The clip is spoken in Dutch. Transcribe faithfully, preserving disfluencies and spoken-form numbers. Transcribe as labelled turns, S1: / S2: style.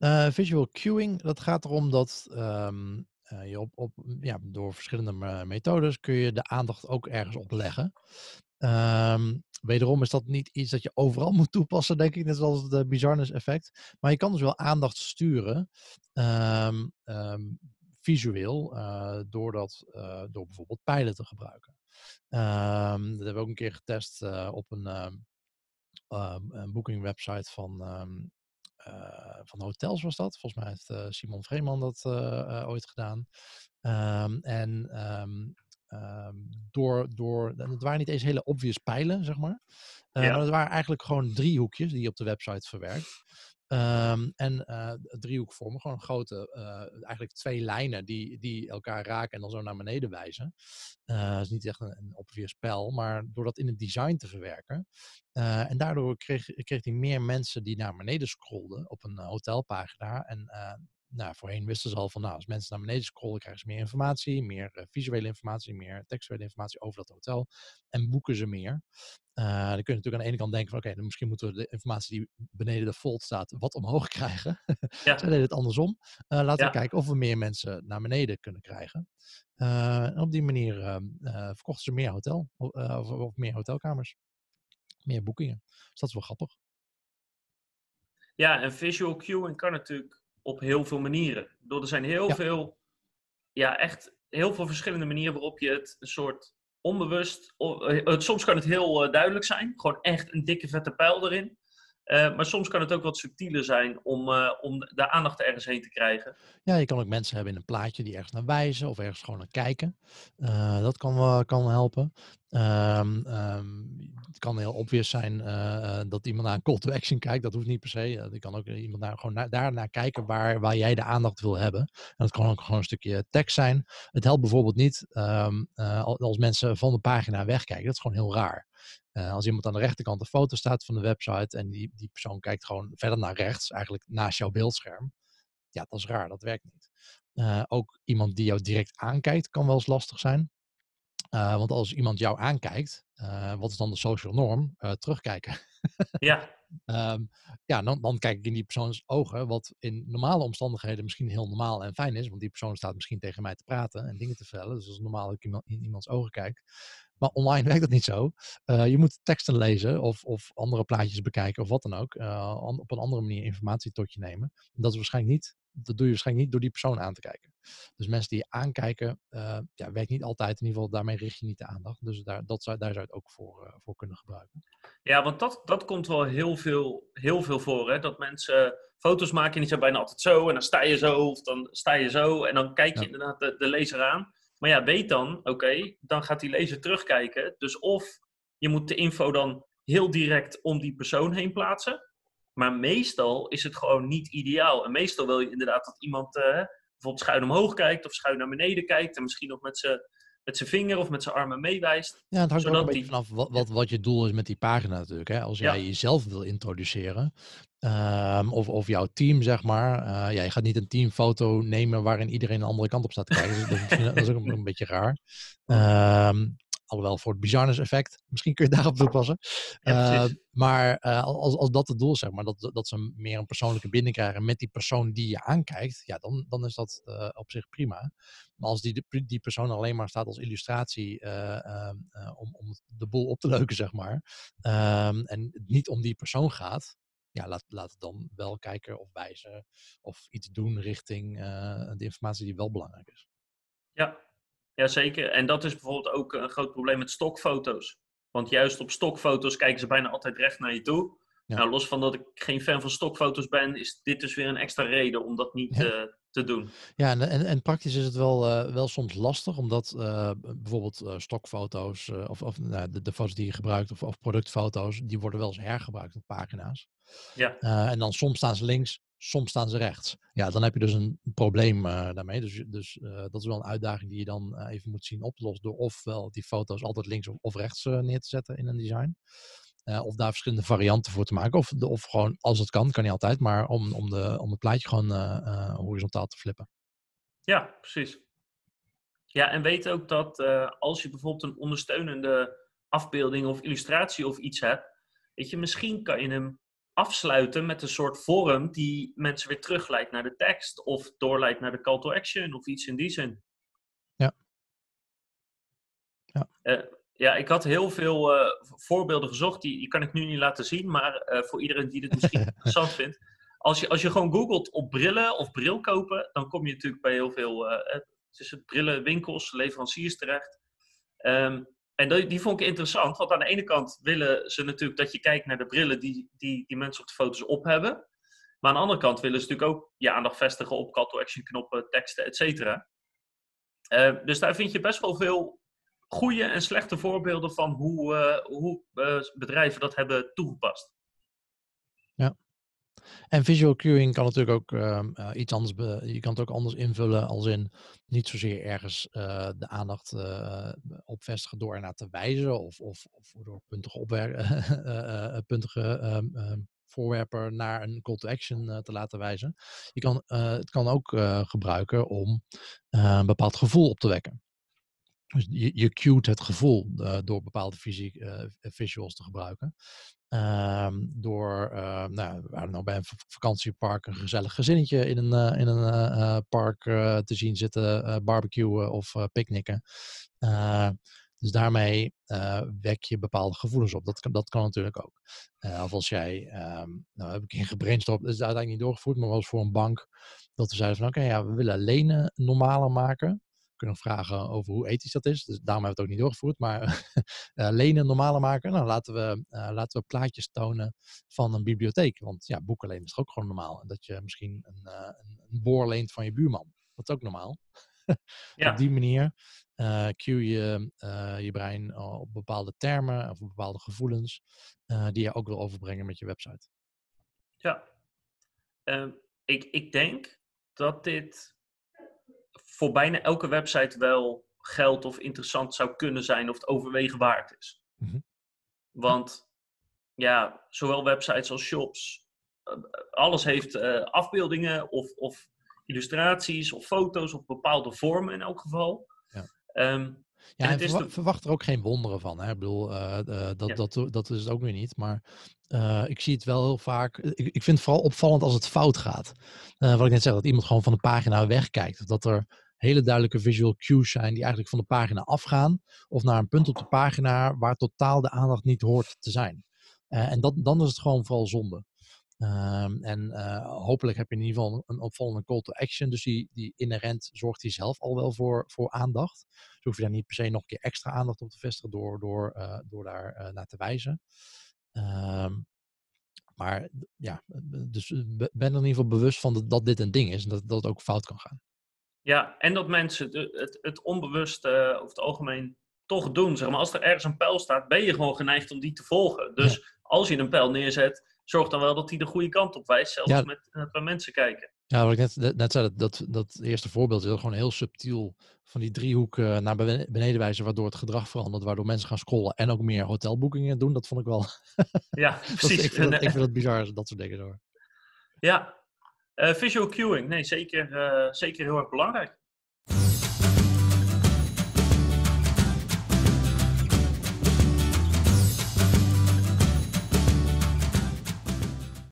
S1: Uh, visual cueing, dat gaat erom dat, um, uh, je op op ja, door verschillende me methodes kun je de aandacht ook ergens op leggen. Um, wederom is dat niet iets dat je overal moet toepassen, denk ik, net zoals het, uh, bizarreness effect. Maar je kan dus wel aandacht sturen, um, um, visueel, uh, door dat, uh, door bijvoorbeeld pijlen te gebruiken. Um, dat hebben we ook een keer getest, uh, op een, um, um, een booking website van, um, uh, van hotels was dat. Volgens mij heeft, uh, Simon Vreeman dat, uh, uh, ooit gedaan. Um, en, um, um, door door het waren niet eens hele obvious pijlen, zeg maar. Uh, maar
S2: Ja,
S1: het waren eigenlijk gewoon driehoekjes die je op de website verwerkt. Um, en, uh, driehoekvormen, gewoon grote, uh, eigenlijk twee lijnen die die elkaar raken en dan zo naar beneden wijzen. Uh, is niet echt een een obvious pijl, maar door dat in het design te verwerken, uh, en daardoor kreeg kreeg hij meer mensen die naar beneden scrollden op een, uh, hotelpagina. En, uh, nou, voorheen wisten ze al van, nou, als mensen naar beneden scrollen, krijgen ze meer informatie, meer, uh, visuele informatie, meer textuele informatie over dat hotel en boeken ze meer. Uh, dan kun je natuurlijk aan de ene kant denken van, oké, dan misschien moeten we de informatie die beneden de fold staat wat omhoog krijgen. Zij
S2: ja,
S1: deden het andersom. Uh, laten we
S2: ja.
S1: kijken of we meer mensen naar beneden kunnen krijgen. Uh, en op die manier uh, uh, verkochten ze meer hotel, uh, of, of meer hotelkamers, meer boekingen. Dus dat is wel grappig.
S2: Ja, en visual cueing kan natuurlijk op heel veel manieren. Ik bedoel, er zijn heel
S1: Ja,
S2: veel, ja, echt heel veel verschillende manieren waarop je het een soort onbewust, o- eh, het- soms kan het heel eh, duidelijk zijn, gewoon echt een dikke vette pijl erin. Eh, maar soms kan het ook wat subtieler zijn om, eh, om de aandacht ergens heen te krijgen.
S1: ja, je kan ook mensen hebben in een plaatje die ergens naar wijzen of ergens gewoon naar kijken. Uh, dat kan wel kan wel helpen. Um, um, het kan heel obvious zijn uh, uh, dat iemand naar een call to action kijkt. Dat hoeft niet per se. Uh, er kan ook iemand naar, gewoon naar, daar naar kijken waar, waar jij de aandacht wil hebben. En dat kan ook gewoon een stukje tekst zijn. Het helpt bijvoorbeeld niet um, uh, als mensen van de pagina wegkijken. Dat is gewoon heel raar. Uh, als iemand aan de rechterkant een foto staat van de website en die, die persoon kijkt gewoon verder naar rechts, eigenlijk naast jouw beeldscherm. Ja, dat is raar, dat werkt niet. Uh, ook iemand die jou direct aankijkt kan wel eens lastig zijn. Uh, want als iemand jou aankijkt, uh, wat is dan de social norm? Uh, terugkijken.
S2: Ja,
S1: um, ja, dan, dan kijk ik in die persoons ogen, wat in normale omstandigheden misschien heel normaal en fijn is, want die persoon staat misschien tegen mij te praten en dingen te vertellen. Dus dat is normaal dat ik iemand, in iemands ogen kijk. Maar online werkt dat niet zo. Uh, je moet teksten lezen of, of andere plaatjes bekijken of wat dan ook. Uh, op een andere manier informatie tot je nemen. En dat is waarschijnlijk niet, dat doe je waarschijnlijk niet door die persoon aan te kijken. Dus mensen die je aankijken, uh, ja, werkt niet altijd. In ieder geval, daarmee richt je niet de aandacht. Dus daar, dat zou, daar zou je het ook voor, uh, voor kunnen gebruiken.
S2: ja, want dat, dat komt wel heel veel, heel veel voor. Hè? Dat mensen foto's maken en die zijn bijna altijd zo. En dan sta je zo, of dan sta je zo. En dan kijk je
S1: Ja.
S2: inderdaad de, de lezer aan. Maar ja, weet dan, oké, okay, dan gaat die lezer terugkijken. Dus of je moet de info dan heel direct om die persoon heen plaatsen. Maar meestal is het gewoon niet ideaal. En meestal wil je inderdaad dat iemand uh, bijvoorbeeld schuin omhoog kijkt of schuin naar beneden kijkt. En misschien nog met zijn met zijn vinger of met zijn armen meewijst.
S1: Ja, het hangt er ook een
S2: Zodat
S1: beetje
S2: die.
S1: vanaf wat,
S2: Ja,
S1: wat, wat je doel is met die pagina natuurlijk. Hè. Als jij
S2: ja,
S1: jezelf wil introduceren, um, of, of jouw team, zeg maar. Uh, ja, je gaat niet een teamfoto nemen waarin iedereen de andere kant op staat te kijken. Dus dat is, misschien, dat is ook een, een beetje raar. Um, alhoewel voor het bizarreness effect, misschien kun je het daarop toepassen.
S2: ja,
S1: Uh,
S2: precies.
S1: maar uh, als, als dat het doel is, zeg maar, dat, dat ze meer een persoonlijke binding krijgen met die persoon die je aankijkt, ja, dan, dan is dat uh, op zich prima. Maar als die, die persoon alleen maar staat als illustratie uh, uh, uh, om, om de boel op te leuken, zeg maar, um, en het niet om die persoon gaat, ja, laat, laat het dan wel kijken of wijzen of iets doen richting uh, de informatie die wel belangrijk is.
S2: Ja, ja, zeker. En dat is bijvoorbeeld ook een groot probleem met stokfoto's. Want juist op stokfoto's kijken ze bijna altijd recht naar je toe.
S1: Ja.
S2: Nou, los van dat ik geen fan van stokfoto's ben, is dit dus weer een extra reden om dat niet
S1: Ja.
S2: uh, te doen.
S1: Ja, en, en, en praktisch is het wel, uh, wel soms lastig, omdat uh, bijvoorbeeld uh, stokfoto's uh, of, of nou, de, de foto's die je gebruikt of, of productfoto's, die worden wel eens hergebruikt op pagina's.
S2: Ja,
S1: Uh, en dan soms staan ze links, soms staan ze rechts. Ja, dan heb je dus een probleem uh, daarmee. Dus, dus uh, dat is wel een uitdaging die je dan uh, even moet zien op te lossen door ofwel die foto's altijd links of, of rechts uh, neer te zetten in een design. Uh, of daar verschillende varianten voor te maken. Of, de, of gewoon, als het kan, kan niet altijd, maar om, om, de, om het plaatje gewoon uh, uh, horizontaal te flippen.
S2: ja, precies. Ja, en weet ook dat uh, als je bijvoorbeeld een ondersteunende afbeelding of illustratie of iets hebt, weet je, misschien kan je hem afsluiten met een soort vorm die mensen weer terugleidt naar de tekst of doorleidt naar de call to action of iets in die zin.
S1: Ja. Ja.
S2: Uh, ja, ik had heel veel uh, voorbeelden gezocht, die, die kan ik nu niet laten zien, maar uh, voor iedereen die dit misschien interessant vindt. Als je, als je gewoon googelt op brillen of bril kopen, dan kom je natuurlijk bij heel veel uh, tussen brillenwinkels, leveranciers terecht. Um, en die, die vond ik interessant, want aan de ene kant willen ze natuurlijk dat je kijkt naar de brillen die, die, die mensen op de foto's op hebben. Maar aan de andere kant willen ze natuurlijk ook je aandacht vestigen op call to action knoppen, teksten, et cetera. Uh, dus daar vind je best wel veel goede en slechte voorbeelden van hoe, uh, hoe uh, bedrijven dat hebben toegepast.
S1: Ja. En visual cueing kan natuurlijk ook uh, uh, iets anders, be- je kan het ook anders invullen, als in niet zozeer ergens uh, de aandacht uh, op vestigen door ernaar te wijzen of, of, of door puntige, opwer- uh, uh, puntige um, um, voorwerpen naar een call to action uh, te laten wijzen. Je kan, uh, het kan ook uh, gebruiken om uh, een bepaald gevoel op te wekken. Dus je, je cued het gevoel uh, door bepaalde fysiek, uh, visuals te gebruiken. Um, door uh, nou, we waren nou bij een vakantiepark een gezellig gezinnetje in een, uh, in een uh, park uh, te zien zitten, uh, barbecuen of uh, picknicken. Uh, dus daarmee uh, wek je bepaalde gevoelens op. Dat kan, dat kan natuurlijk ook. Uh, of als jij, um, nou heb ik in gebrainstormd, dat is uiteindelijk niet doorgevoerd, maar was voor een bank dat we zeiden van oké, okay, ja, we willen lenen normaler maken. We kunnen nog vragen over hoe ethisch dat is. Dus daarom hebben we het ook niet doorgevoerd. Maar uh, lenen normaler maken. Nou, laten we, uh, laten we plaatjes tonen van een bibliotheek. Want ja, boeken lenen is toch ook gewoon normaal. En dat je misschien een, uh, een, een boor leent van je buurman. Dat is ook normaal.
S2: Ja.
S1: Op die manier uh, cue je uh, je brein op bepaalde termen of op bepaalde gevoelens. Uh, die je ook wil overbrengen met je website.
S2: Ja. Uh, ik, ik denk dat dit voor bijna elke website wel geldt of interessant zou kunnen zijn of het overwegen waard is.
S1: Mm-hmm.
S2: Want ja, zowel websites als shops, alles heeft uh, afbeeldingen of, of illustraties of foto's of bepaalde vormen in elk geval.
S1: Ja.
S2: Um,
S1: Ja, en, en verwa-
S2: de...
S1: verwacht er ook geen wonderen van. Hè? Ik bedoel, uh, uh, dat, ja. dat, dat is het ook weer niet. Maar uh, ik zie het wel heel vaak. Ik, ik vind het vooral opvallend als het fout gaat. Uh, wat ik net zeg, dat iemand gewoon van de pagina wegkijkt. Of dat er hele duidelijke visual cues zijn die eigenlijk van de pagina afgaan. Of naar een punt op de pagina waar totaal de aandacht niet hoort te zijn. Uh, en dat, dan is het gewoon vooral zonde. Um, en uh, hopelijk heb je in ieder geval een opvallende call to action. Dus die, die inherent zorgt die zelf al wel voor, voor aandacht. Dus hoef je daar niet per se nog een keer extra aandacht op te vestigen door, door, uh, door daar uh, naar te wijzen. Um, maar ja, dus ben er in ieder geval bewust van dat, dat dit een ding is en dat, dat het ook fout kan gaan.
S2: Ja, en dat mensen het, het onbewust uh, over het algemeen toch doen. Zeg maar, als er ergens een pijl staat, ben je gewoon geneigd om die te volgen. Dus ja. Als je een pijl neerzet, zorg dan wel dat hij de goede kant op wijst, zelfs ja. met, met waar mensen kijken.
S1: Ja, wat ik net, net zei, dat, dat, dat eerste voorbeeld is gewoon heel subtiel van die driehoek uh, naar beneden wijzen, waardoor het gedrag verandert, waardoor mensen gaan scrollen en ook meer hotelboekingen doen. Dat vond ik wel...
S2: ja, precies.
S1: dat, ik, vind dat, ik vind dat bizar, dat soort dingen hoor.
S2: Ja, uh, visual cueing, nee, zeker, uh, zeker heel erg belangrijk.